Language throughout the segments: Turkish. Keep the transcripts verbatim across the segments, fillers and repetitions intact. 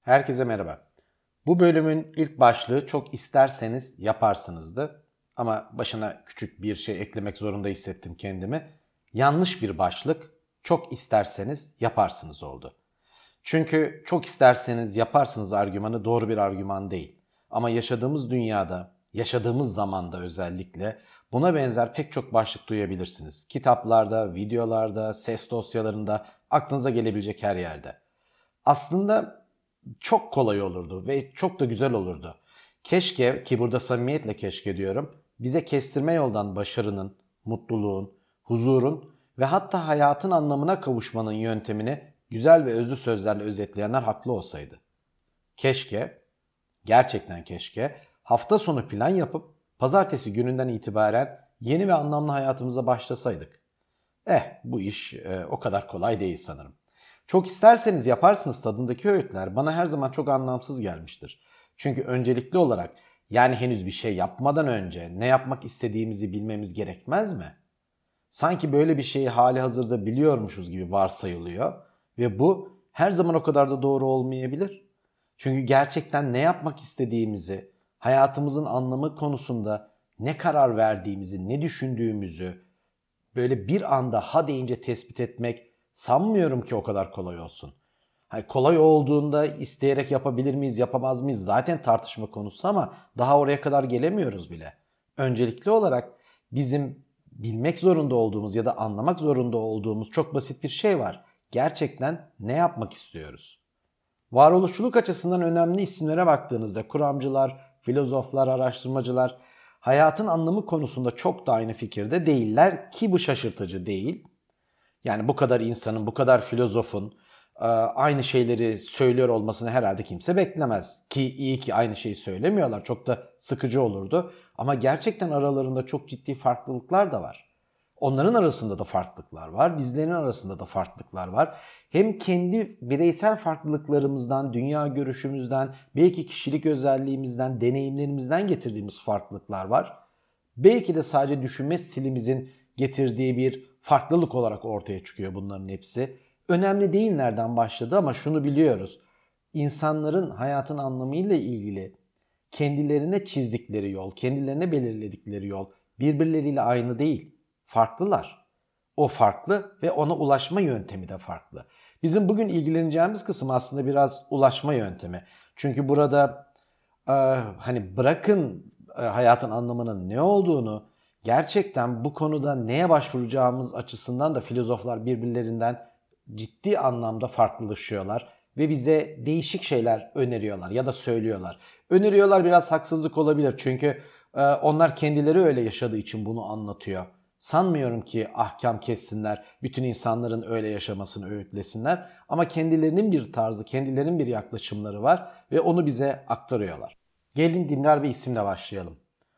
Herkese merhaba. Bu bölümün ilk başlığı çok isterseniz yaparsınızdı. Ama başına küçük bir şey eklemek zorunda hissettim kendimi. Yanlış bir başlık, çok isterseniz yaparsınız oldu. Çünkü çok isterseniz yaparsınız argümanı doğru bir argüman değil. Ama yaşadığımız dünyada, yaşadığımız zamanda özellikle buna benzer pek çok başlık duyabilirsiniz. Kitaplarda, videolarda, ses dosyalarında, aklınıza gelebilecek her yerde. Aslında çok kolay olurdu ve çok da güzel olurdu. Keşke, ki burada samimiyetle keşke diyorum, bize kestirme yoldan başarının, mutluluğun, huzurun ve hatta hayatın anlamına kavuşmanın yöntemini güzel ve özlü sözlerle özetleyenler haklı olsaydı. Keşke, gerçekten keşke hafta sonu plan yapıp pazartesi gününden itibaren yeni ve anlamlı hayatımıza başlasaydık. Eh, bu iş e, o kadar kolay değil sanırım. Çok isterseniz yaparsınız tadındaki öğütler bana her zaman çok anlamsız gelmiştir. Çünkü öncelikli olarak, yani henüz bir şey yapmadan önce ne yapmak istediğimizi bilmemiz gerekmez mi? Sanki böyle bir şeyi hali hazırda biliyormuşuz gibi varsayılıyor ve bu her zaman o kadar da doğru olmayabilir. Çünkü gerçekten ne yapmak istediğimizi, hayatımızın anlamı konusunda ne karar verdiğimizi, ne düşündüğümüzü böyle bir anda ha deyince tespit etmek sanmıyorum ki o kadar kolay olsun. Hani kolay olduğunda isteyerek yapabilir miyiz, yapamaz mıyız zaten tartışma konusu ama daha oraya kadar gelemiyoruz bile. Öncelikli olarak bizim bilmek zorunda olduğumuz ya da anlamak zorunda olduğumuz çok basit bir şey var. Gerçekten ne yapmak istiyoruz? Varoluşçuluk açısından önemli isimlere baktığınızda kuramcılar, filozoflar, araştırmacılar hayatın anlamı konusunda çok da aynı fikirde değiller ki bu şaşırtıcı değil. Yani bu kadar insanın, bu kadar filozofun aynı şeyleri söylüyor olmasını herhalde kimse beklemez. Ki iyi ki aynı şeyi söylemiyorlar. Çok da sıkıcı olurdu. Ama gerçekten aralarında çok ciddi farklılıklar da var. Onların arasında da farklılıklar var. Bizlerin arasında da farklılıklar var. Hem kendi bireysel farklılıklarımızdan, dünya görüşümüzden, belki kişilik özelliğimizden, deneyimlerimizden getirdiğimiz farklılıklar var. Belki de sadece düşünme stilimizin getirdiği bir farklılık olarak ortaya çıkıyor bunların hepsi. Önemli değil nereden başladı ama şunu biliyoruz. İnsanların hayatın anlamıyla ilgili kendilerine çizdikleri yol, kendilerine belirledikleri yol birbirleriyle aynı değil. Farklılar. O farklı ve ona ulaşma yöntemi de farklı. Bizim bugün ilgileneceğimiz kısım aslında biraz ulaşma yöntemi. Çünkü burada e, hani bırakın e, hayatın anlamının ne olduğunu, gerçekten bu konuda neye başvuracağımız açısından da filozoflar birbirlerinden ciddi anlamda farklılaşıyorlar ve bize değişik şeyler öneriyorlar ya da söylüyorlar. Öneriyorlar biraz haksızlık olabilir çünkü e, onlar kendileri öyle yaşadığı için bunu anlatıyor. Sanmıyorum ki ahkam kessinler, bütün insanların öyle yaşamasını öğütlesinler ama kendilerinin bir tarzı, kendilerinin bir yaklaşımları var ve onu bize aktarıyorlar. Gelin dindar bir isimle başlayalım.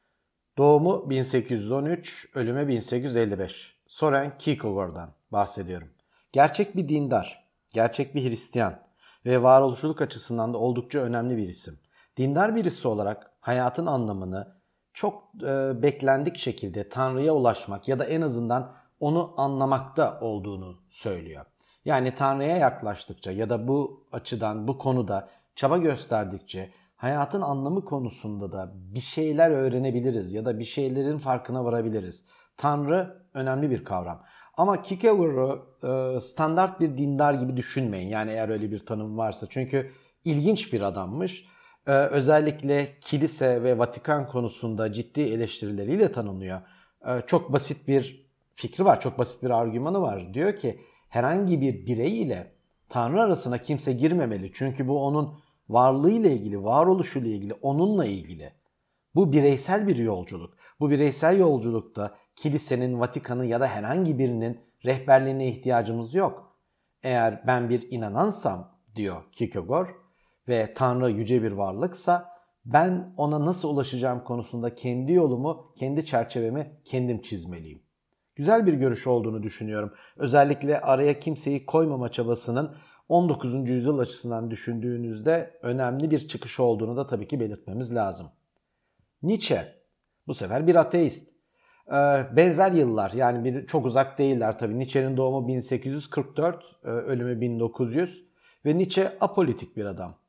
Doğumu bin sekiz yüz on üç, ölümü bin sekiz yüz elli beş. Soren Kierkegaard'dan bahsediyorum. Gerçek bir dindar, gerçek bir Hristiyan ve varoluşçuluk açısından da oldukça önemli bir isim. Dindar birisi olarak hayatın anlamını çok e, beklendik şekilde Tanrı'ya ulaşmak ya da en azından onu anlamakta olduğunu söylüyor. Yani Tanrı'ya yaklaştıkça ya da bu açıdan, bu konuda çaba gösterdikçe hayatın anlamı konusunda da bir şeyler öğrenebiliriz ya da bir şeylerin farkına varabiliriz. Tanrı önemli bir kavram. Ama Kierkegaard'ı e, standart bir dindar gibi düşünmeyin. Yani eğer öyle bir tanım varsa. Çünkü ilginç bir adammış. E, özellikle kilise ve Vatikan konusunda ciddi eleştirileriyle tanınıyor. E, çok basit bir fikri var, çok basit bir argümanı var. Diyor ki herhangi bir birey ile Tanrı arasına kimse girmemeli. Çünkü bu onun varlığıyla ilgili, varoluşuyla ilgili, onunla ilgili. Bu bireysel bir yolculuk. Bu bireysel yolculukta kilisenin, Vatikan'ın ya da herhangi birinin rehberliğine ihtiyacımız yok. Eğer ben bir inanansam, diyor Kierkegaard, ve Tanrı yüce bir varlıksa ben ona nasıl ulaşacağım konusunda kendi yolumu, kendi çerçevemi kendim çizmeliyim. Güzel bir görüş olduğunu düşünüyorum. Özellikle araya kimseyi koymama çabasının on dokuzuncu yüzyıl açısından düşündüğünüzde önemli bir çıkış olduğunu da tabii ki belirtmemiz lazım. Nietzsche, bu sefer bir ateist. Benzer yıllar, yani bir, çok uzak değiller tabii. Nietzsche'nin doğumu bin sekiz yüz kırk dört, ölümü bin dokuz yüz ve Nietzsche apolitik bir adam.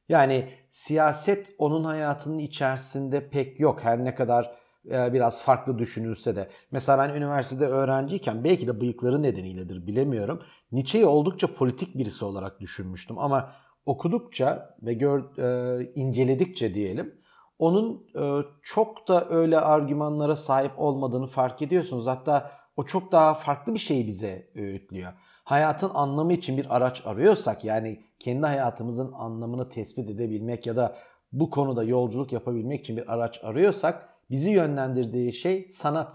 Yani siyaset onun hayatının içerisinde pek yok. Her ne kadar e, biraz farklı düşünülse de. Mesela ben üniversitede öğrenciyken belki de bıyıkları nedeniyledir bilemiyorum. Nietzsche'yi oldukça politik birisi olarak düşünmüştüm. Ama okudukça ve gör, e, inceledikçe diyelim onun e, çok da öyle argümanlara sahip olmadığını fark ediyorsunuz. Hatta o çok daha farklı bir şeyi bize öğütlüyor. Hayatın anlamı için bir araç arıyorsak, yani kendi hayatımızın anlamını tespit edebilmek ya da bu konuda yolculuk yapabilmek için bir araç arıyorsak bizi yönlendirdiği şey sanat.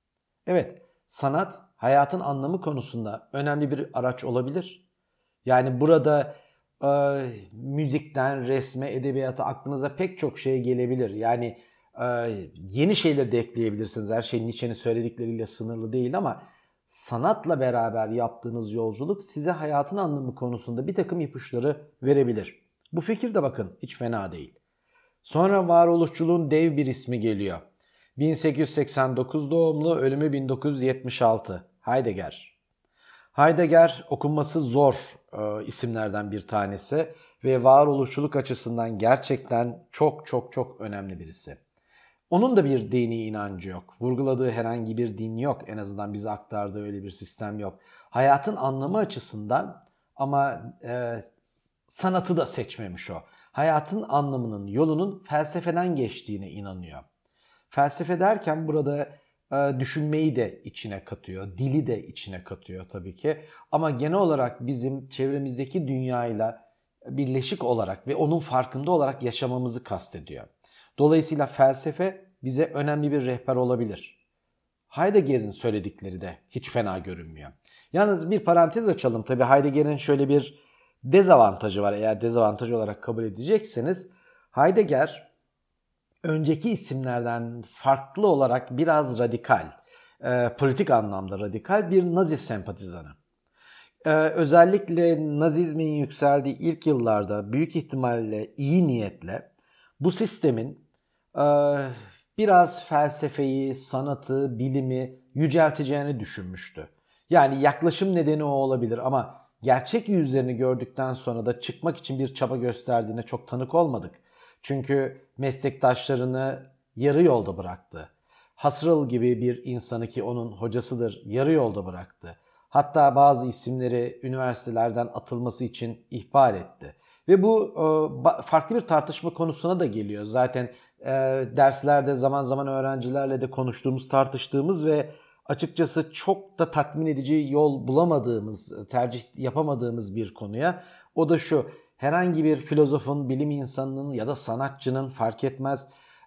Evet, sanat hayatın anlamı konusunda önemli bir araç olabilir. Yani burada e, müzikten resme, edebiyata aklınıza pek çok şey gelebilir. Yani e, yeni şeyler de ekleyebilirsiniz. Her şey Nietzsche'nin söyledikleriyle sınırlı değil ama sanatla beraber yaptığınız yolculuk size hayatın anlamı konusunda bir takım ipuçları verebilir. Bu fikir de bakın hiç fena değil. Sonra varoluşçuluğun dev bir ismi geliyor. bin sekiz yüz seksen dokuz doğumlu, ölümü bin dokuz yüz yetmiş altı. Heidegger. Heidegger okunması zor e, isimlerden bir tanesi ve varoluşçuluk açısından gerçekten çok çok çok önemli birisi. Onun da bir dini inancı yok. Vurguladığı herhangi bir din yok. En azından bize aktardığı öyle bir sistem yok. Hayatın anlamı açısından ama e, sanatı da seçmemiş o. Hayatın anlamının, yolunun felsefeden geçtiğine inanıyor. Felsefe derken burada e, düşünmeyi de içine katıyor, dili de içine katıyor tabii ki. Ama genel olarak bizim çevremizdeki dünyayla birleşik olarak ve onun farkında olarak yaşamamızı kastediyor. Dolayısıyla felsefe bize önemli bir rehber olabilir. Heidegger'in söyledikleri de hiç fena görünmüyor. Yalnız bir parantez açalım. Tabii Heidegger'in şöyle bir dezavantajı var. Eğer dezavantaj olarak kabul edecekseniz, Heidegger önceki isimlerden farklı olarak biraz radikal, e, politik anlamda radikal bir Nazi sempatizanı. E, özellikle Nazizmin yükseldiği ilk yıllarda büyük ihtimalle iyi niyetle bu sistemin e, biraz felsefeyi, sanatı, bilimi yücelteceğini düşünmüştü. Yani yaklaşım nedeni o olabilir ama gerçek yüzlerini gördükten sonra da çıkmak için bir çaba gösterdiğine çok tanık olmadık. Çünkü meslektaşlarını yarı yolda bıraktı. Husserl gibi bir insanı, ki onun hocasıdır, yarı yolda bıraktı. Hatta bazı isimleri üniversitelerden atılması için ihbar etti. Ve bu farklı bir tartışma konusuna da geliyor. Zaten derslerde zaman zaman öğrencilerle de konuştuğumuz, tartıştığımız ve açıkçası çok da tatmin edici yol bulamadığımız, tercih yapamadığımız bir konuya. O da şu: herhangi bir filozofun, bilim insanının ya da sanatçının fark etmez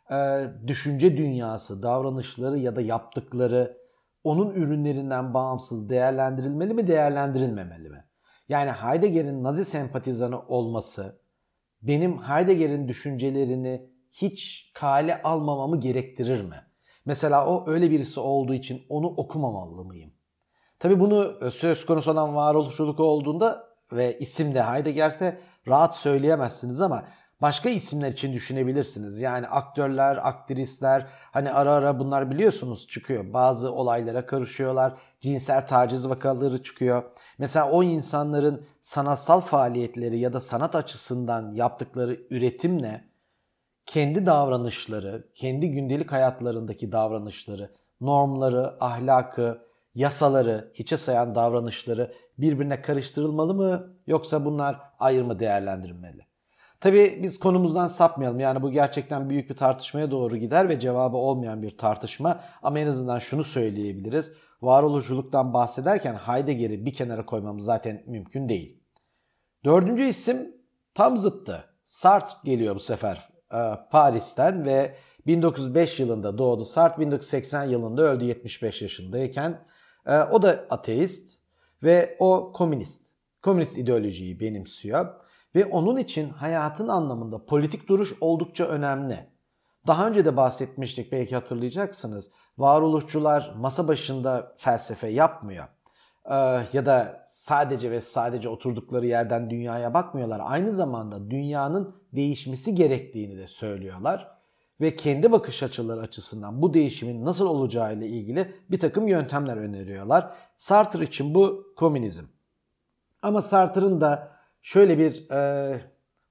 düşünce dünyası, davranışları ya da yaptıkları onun ürünlerinden bağımsız değerlendirilmeli mi, değerlendirilmemeli mi? Yani Heidegger'in Nazi sempatizanı olması benim Heidegger'in düşüncelerini hiç kale almamamı gerektirir mi? Mesela o öyle birisi olduğu için onu okumamalı mıyım? Tabii bunu söz konusu olan varoluşçuluk olduğunda ve isim de Heidegger'se rahat söyleyemezsiniz ama başka isimler için düşünebilirsiniz. Yani aktörler, aktrisler, hani ara ara bunlar biliyorsunuz çıkıyor. Bazı olaylara karışıyorlar. Cinsel taciz vakaları çıkıyor. Mesela o insanların sanatsal faaliyetleri ya da sanat açısından yaptıkları üretimle kendi davranışları, kendi gündelik hayatlarındaki davranışları, normları, ahlakı, yasaları, hiçe sayan davranışları birbirine karıştırılmalı mı, yoksa bunlar ayrı mı değerlendirilmeli? Tabii biz konumuzdan sapmayalım. Yani bu gerçekten büyük bir tartışmaya doğru gider ve cevabı olmayan bir tartışma. Ama en azından şunu söyleyebiliriz: varoluşçuluktan bahsederken Heidegger'i bir kenara koymamız zaten mümkün değil. Dördüncü isim tam zıttı. Sartre geliyor bu sefer Paris'ten ve bin dokuz yüz beş yılında doğdu. Sartre bin dokuz yüz seksen yılında öldü yetmiş beş yaşındayken. O da ateist ve o komünist. Komünist ideolojiyi benimsiyor. Ve onun için hayatın anlamında politik duruş oldukça önemli. Daha önce de bahsetmiştik, belki hatırlayacaksınız. Varoluşçular masa başında felsefe yapmıyor. Ee, ya da sadece ve sadece oturdukları yerden dünyaya bakmıyorlar. Aynı zamanda dünyanın değişmesi gerektiğini de söylüyorlar. Ve kendi bakış açıları açısından bu değişimin nasıl olacağıyla ilgili bir takım yöntemler öneriyorlar. Sartre için bu komünizm. Ama Sartre'ın da şöyle bir e,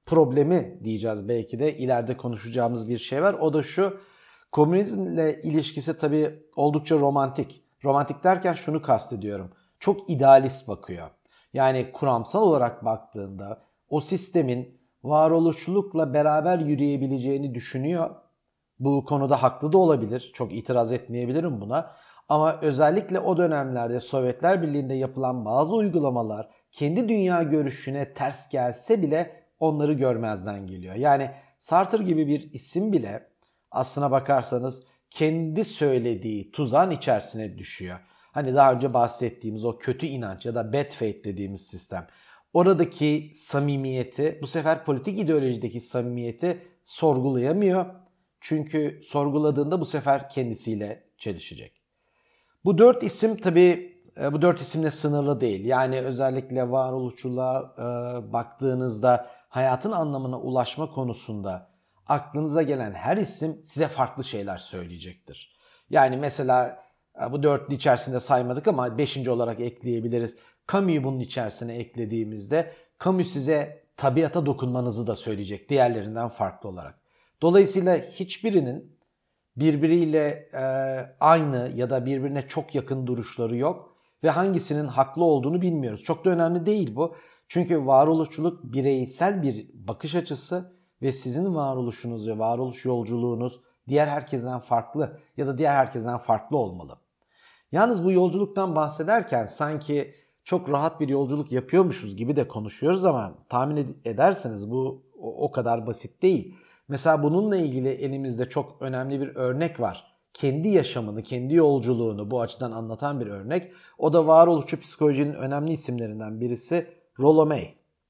problemi diyeceğiz belki de, ileride konuşacağımız bir şey var. O da şu: komünizmle ilişkisi tabii oldukça romantik. Romantik derken şunu kastediyorum: çok idealist bakıyor. Yani kuramsal olarak baktığında o sistemin varoluşçulukla beraber yürüyebileceğini düşünüyor. Bu konuda haklı da olabilir. Çok itiraz etmeyebilirim buna. Ama özellikle o dönemlerde Sovyetler Birliği'nde yapılan bazı uygulamalar kendi dünya görüşüne ters gelse bile onları görmezden geliyor. Yani Sartre gibi bir isim bile aslına bakarsanız kendi söylediği tuzağın içerisine düşüyor. Hani daha önce bahsettiğimiz o kötü inanç ya da bad faith dediğimiz sistem. Oradaki samimiyeti, bu sefer politik ideolojideki samimiyeti sorgulayamıyor. Çünkü sorguladığında bu sefer kendisiyle çelişecek. Bu dört isim tabii bu dört isimle sınırlı değil. Yani özellikle varoluşçuluğa e, baktığınızda hayatın anlamına ulaşma konusunda aklınıza gelen her isim size farklı şeyler söyleyecektir. Yani mesela bu dörtlü içerisinde saymadık ama beşinci olarak ekleyebiliriz. Camus'u bunun içerisine eklediğimizde Camus size tabiata dokunmanızı da söyleyecek diğerlerinden farklı olarak. Dolayısıyla hiçbirinin birbiriyle e, aynı ya da birbirine çok yakın duruşları yok ve hangisinin haklı olduğunu bilmiyoruz. Çok da önemli değil bu. Çünkü varoluşçuluk bireysel bir bakış açısı ve sizin varoluşunuz ve varoluş yolculuğunuz diğer herkesten farklı ya da diğer herkesten farklı olmalı. Yalnız bu yolculuktan bahsederken sanki çok rahat bir yolculuk yapıyormuşuz gibi de konuşuyoruz ama tahmin ederseniz bu o kadar basit değil. Mesela bununla ilgili elimizde çok önemli bir örnek var. Kendi yaşamını, kendi yolculuğunu bu açıdan anlatan bir örnek. O da varoluşçu psikolojinin önemli isimlerinden birisi Rollo May.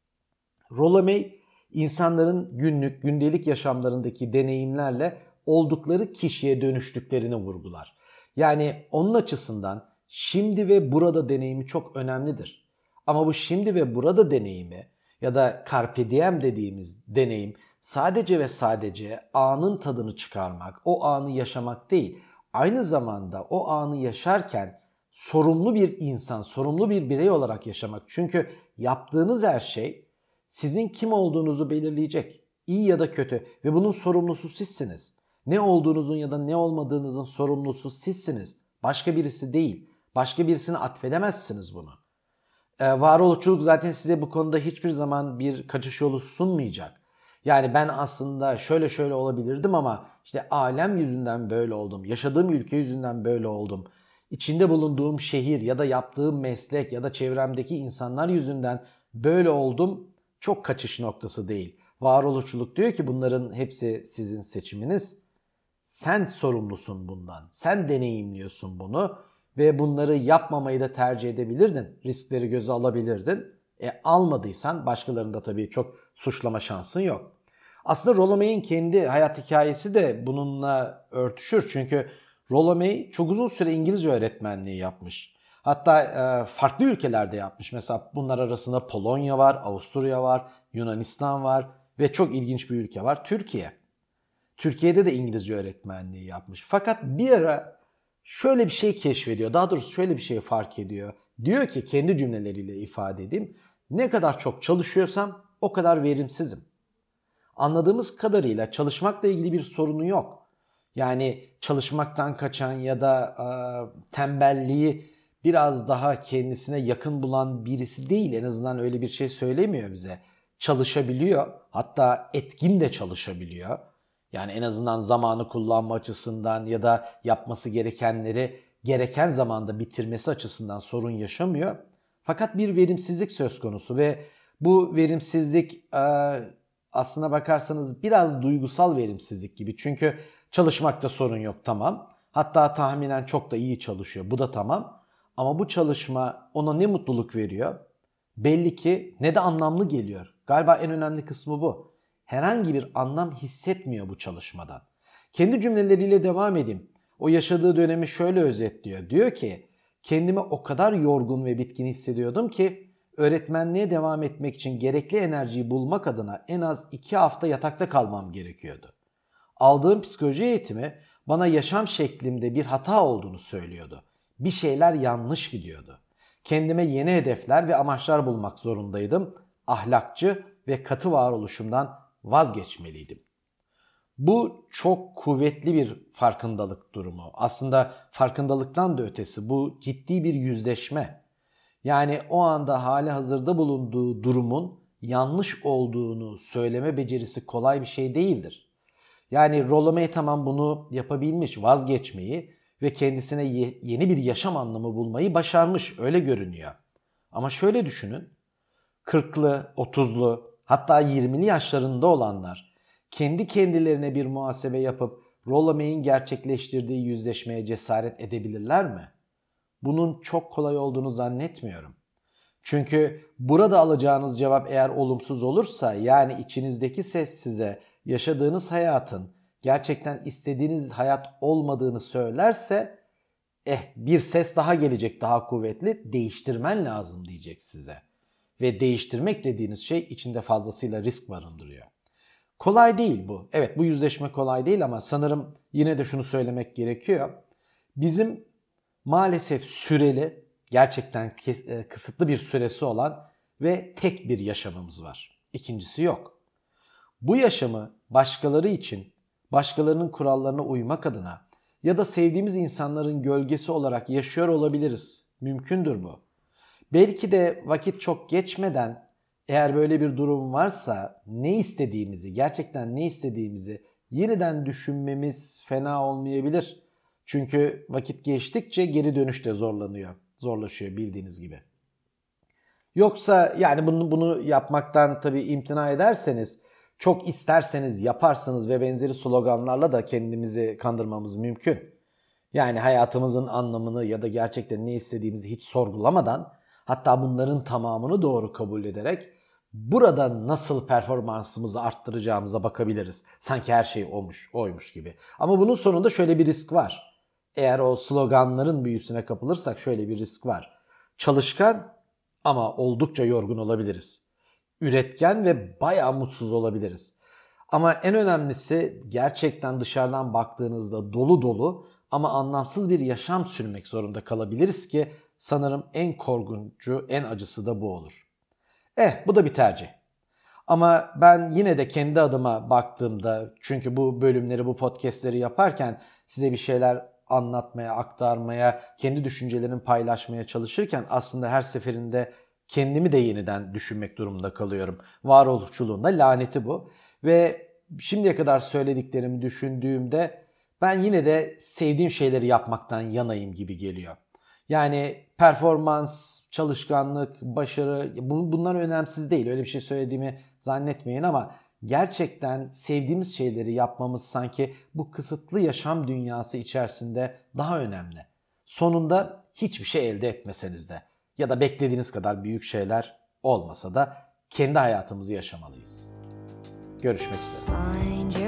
Rollo May, insanların günlük, gündelik yaşamlarındaki deneyimlerle oldukları kişiye dönüştüklerini vurgular. Yani onun açısından şimdi ve burada deneyimi çok önemlidir. Ama bu şimdi ve burada deneyimi ya da carpe diem dediğimiz deneyim sadece ve sadece anın tadını çıkarmak, o anı yaşamak değil. Aynı zamanda o anı yaşarken sorumlu bir insan, sorumlu bir birey olarak yaşamak. Çünkü yaptığınız her şey sizin kim olduğunuzu belirleyecek. İyi ya da kötü ve bunun sorumlusu sizsiniz. Ne olduğunuzun ya da ne olmadığınızın sorumlusu sizsiniz. Başka birisi değil. Başka birisine atfedemezsiniz bunu. Ee, varoluşçuluk zaten size bu konuda hiçbir zaman bir kaçış yolu sunmayacak. Yani ben aslında şöyle şöyle olabilirdim ama işte alem yüzünden böyle oldum. Yaşadığım ülke yüzünden böyle oldum. İçinde bulunduğum şehir ya da yaptığım meslek ya da çevremdeki insanlar yüzünden böyle oldum. Çok kaçış noktası değil. Varoluşçuluk diyor ki bunların hepsi sizin seçiminiz. Sen sorumlusun bundan. Sen deneyimliyorsun bunu ve bunları yapmamayı da tercih edebilirdin. Riskleri göze alabilirdin. E almadıysan başkalarında tabii çok suçlama şansın yok. Aslında Rollo May'in kendi hayat hikayesi de bununla örtüşür. Çünkü Rollo May çok uzun süre İngilizce öğretmenliği yapmış. Hatta e, farklı ülkelerde yapmış. Mesela bunlar arasında Polonya var, Avusturya var, Yunanistan var ve çok ilginç bir ülke var, Türkiye. Türkiye'de de İngilizce öğretmenliği yapmış. Fakat bir ara şöyle bir şey keşfediyor. Daha doğrusu şöyle bir şey fark ediyor. Diyor ki, kendi cümleleriyle ifade edeyim: ne kadar çok çalışıyorsam o kadar verimsizim. Anladığımız kadarıyla çalışmakla ilgili bir sorunu yok. Yani çalışmaktan kaçan ya da e, tembelliği biraz daha kendisine yakın bulan birisi değil. En azından öyle bir şey söylemiyor bize. Çalışabiliyor. Hatta etkin de çalışabiliyor. Yani en azından zamanı kullanma açısından ya da yapması gerekenleri gereken zamanda bitirmesi açısından sorun yaşamıyor. Fakat bir verimsizlik söz konusu ve bu verimsizlik aslına bakarsanız biraz duygusal verimsizlik gibi. Çünkü çalışmakta sorun yok, tamam. Hatta tahminen çok da iyi çalışıyor. Bu da tamam. Ama bu çalışma ona ne mutluluk veriyor? Belli ki ne de anlamlı geliyor. Galiba en önemli kısmı bu. Herhangi bir anlam hissetmiyor bu çalışmadan. Kendi cümleleriyle devam edeyim. O yaşadığı dönemi şöyle özetliyor. Diyor ki, kendimi o kadar yorgun ve bitkin hissediyordum ki öğretmenliğe devam etmek için gerekli enerjiyi bulmak adına en az iki hafta yatakta kalmam gerekiyordu. Aldığım psikoloji eğitimi bana yaşam şeklimde bir hata olduğunu söylüyordu. Bir şeyler yanlış gidiyordu. Kendime yeni hedefler ve amaçlar bulmak zorundaydım. Ahlakçı ve katı varoluşumdan vazgeçmeliydim. Bu çok kuvvetli bir farkındalık durumu. Aslında farkındalıktan da ötesi bu ciddi bir yüzleşme. Yani o anda hali hazırda bulunduğu durumun yanlış olduğunu söyleme becerisi kolay bir şey değildir. Yani Rollo May tamam bunu yapabilmiş, vazgeçmeyi ve kendisine ye- yeni bir yaşam anlamı bulmayı başarmış, öyle görünüyor. Ama şöyle düşünün, kırklı, otuzlu hatta yirmili yaşlarında olanlar kendi kendilerine bir muhasebe yapıp Rollo May'in gerçekleştirdiği yüzleşmeye cesaret edebilirler mi? Bunun çok kolay olduğunu zannetmiyorum. Çünkü burada alacağınız cevap eğer olumsuz olursa, yani içinizdeki ses size yaşadığınız hayatın gerçekten istediğiniz hayat olmadığını söylerse, eh bir ses daha gelecek, daha kuvvetli, değiştirmen lazım diyecek size. Ve değiştirmek dediğiniz şey içinde fazlasıyla risk barındırıyor. Kolay değil bu. Evet, bu yüzleşme kolay değil ama sanırım yine de şunu söylemek gerekiyor. Bizim maalesef süreli, gerçekten kısıtlı bir süresi olan ve tek bir yaşamımız var. İkincisi yok. Bu yaşamı başkaları için, başkalarının kurallarına uymak adına ya da sevdiğimiz insanların gölgesi olarak yaşıyor olabiliriz. Mümkündür bu. Belki de vakit çok geçmeden, eğer böyle bir durum varsa, ne istediğimizi, gerçekten ne istediğimizi yeniden düşünmemiz fena olmayabilir. Çünkü vakit geçtikçe geri dönüş de zorlanıyor, zorlaşıyor bildiğiniz gibi. Yoksa yani bunu, bunu yapmaktan tabii imtina ederseniz, çok isterseniz yaparsınız ve benzeri sloganlarla da kendimizi kandırmamız mümkün. Yani hayatımızın anlamını ya da gerçekten ne istediğimizi hiç sorgulamadan, hatta bunların tamamını doğru kabul ederek burada nasıl performansımızı arttıracağımıza bakabiliriz. Sanki her şey olmuş, oymuş gibi. Ama bunun sonunda şöyle bir risk var. Eğer o sloganların büyüsüne kapılırsak şöyle bir risk var. Çalışkan ama oldukça yorgun olabiliriz. Üretken ve bayağı mutsuz olabiliriz. Ama en önemlisi, gerçekten dışarıdan baktığınızda dolu dolu ama anlamsız bir yaşam sürmek zorunda kalabiliriz ki sanırım en korkuncu, en acısı da bu olur. Eh, bu da bir tercih. Ama ben yine de kendi adıma baktığımda, çünkü bu bölümleri, bu podcastleri yaparken size bir şeyler anlatmaya, aktarmaya, kendi düşüncelerimi paylaşmaya çalışırken aslında her seferinde kendimi de yeniden düşünmek durumunda kalıyorum. Varoluşçuluğun da laneti bu. Ve şimdiye kadar söylediklerimi düşündüğümde ben yine de sevdiğim şeyleri yapmaktan yanayım gibi geliyor. Yani performans, çalışkanlık, başarı, bunlar önemsiz değil. Öyle bir şey söylediğimi zannetmeyin ama gerçekten sevdiğimiz şeyleri yapmamız sanki bu kısıtlı yaşam dünyası içerisinde daha önemli. Sonunda hiçbir şey elde etmeseniz de ya da beklediğiniz kadar büyük şeyler olmasa da kendi hayatımızı yaşamalıyız. Görüşmek üzere.